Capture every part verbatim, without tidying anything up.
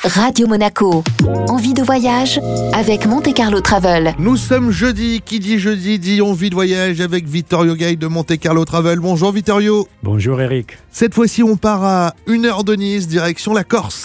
Radio Monaco. Envie de voyage avec Monte Carlo Travel. Nous sommes jeudi. Qui dit jeudi dit envie de voyage avec Vittorio Guide de Monte Carlo Travel. Bonjour Vittorio. Bonjour Eric. Cette fois-ci, on part à une heure de Nice, direction la Corse.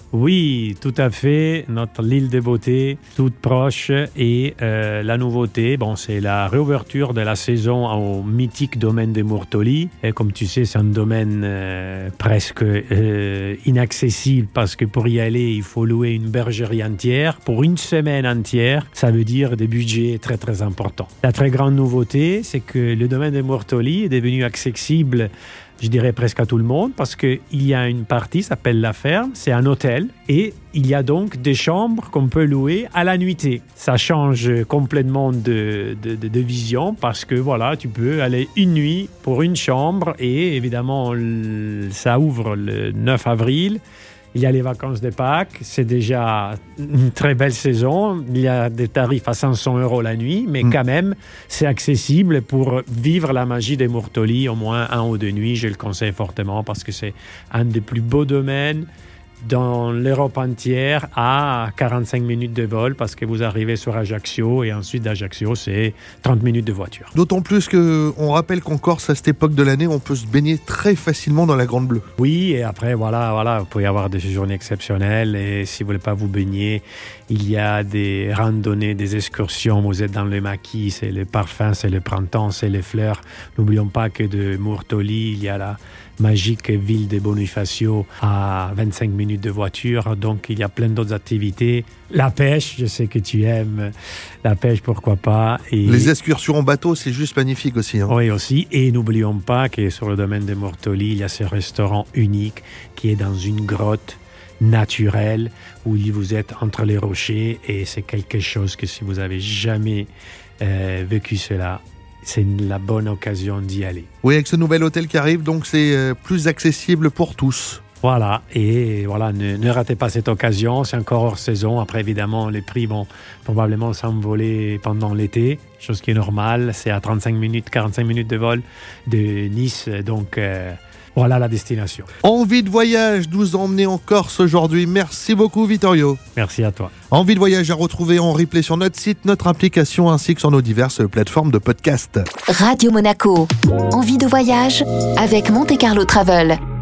Oui, tout à fait. Notre île de beauté, toute proche. Et euh, la nouveauté, bon, c'est la réouverture de la saison au mythique domaine de Murtoli. Et comme tu sais, c'est un domaine euh, presque euh, inaccessible parce que pour y aller, il faut louer une bergerie entière. Pour une semaine entière, ça veut dire des budgets très très importants. La très grande nouveauté, c'est que le domaine de Murtoli est devenu accessible, je dirais presque à tout le monde, parce qu'il y a une partie qui s'appelle la ferme, c'est un hôtel, et il y a donc des chambres qu'on peut louer à la nuitée. Ça change complètement de, de, de, de vision, parce que voilà, tu peux aller une nuit pour une chambre, et évidemment, ça ouvre le neuf avril. Il y a les vacances de Pâques, c'est déjà une très belle saison. Il y a des tarifs à cinq cents euros la nuit, mais mmh. quand même, c'est accessible pour vivre la magie des Murtoli, au moins un ou deux nuits. Je le conseille fortement parce que c'est un des plus beaux domaines dans l'Europe entière à quarante-cinq minutes de vol, parce que vous arrivez sur Ajaccio et ensuite d'Ajaccio, c'est trente minutes de voiture. D'autant plus qu'on rappelle qu'en Corse, à cette époque de l'année, on peut se baigner très facilement dans la Grande Bleue. Oui, et après, voilà, voilà, vous pouvez avoir des journées exceptionnelles, et si vous ne voulez pas vous baigner, il y a des randonnées, des excursions. Vous êtes dans le maquis, c'est le parfum, c'est le printemps, c'est les fleurs. N'oublions pas que de Murtoli, il y a la magique ville de Bonifacio à vingt-cinq minutes de voiture, donc il y a plein d'autres activités. La pêche, je sais que tu aimes la pêche, pourquoi pas. Et les excursions en bateau, c'est juste magnifique aussi. Hein. Oui, aussi. Et n'oublions pas que sur le domaine de Murtoli, il y a ce restaurant unique qui est dans une grotte naturelle où vous êtes entre les rochers, et c'est quelque chose que si vous avez jamais euh, vécu cela, c'est la bonne occasion d'y aller. Oui, avec ce nouvel hôtel qui arrive, donc c'est plus accessible pour tous. Voilà, et voilà, ne, ne ratez pas cette occasion, c'est encore hors saison. Après, évidemment, les prix vont probablement s'envoler pendant l'été, chose qui est normale. C'est à trente-cinq minutes, quarante-cinq minutes de vol de Nice, donc euh, voilà la destination. Envie de voyage nous emmener en Corse aujourd'hui. Merci beaucoup Vittorio. Merci à toi. Envie de voyage à retrouver en replay sur notre site, notre application ainsi que sur nos diverses plateformes de podcast. Radio Monaco. Envie de voyage avec Monte Carlo Travel.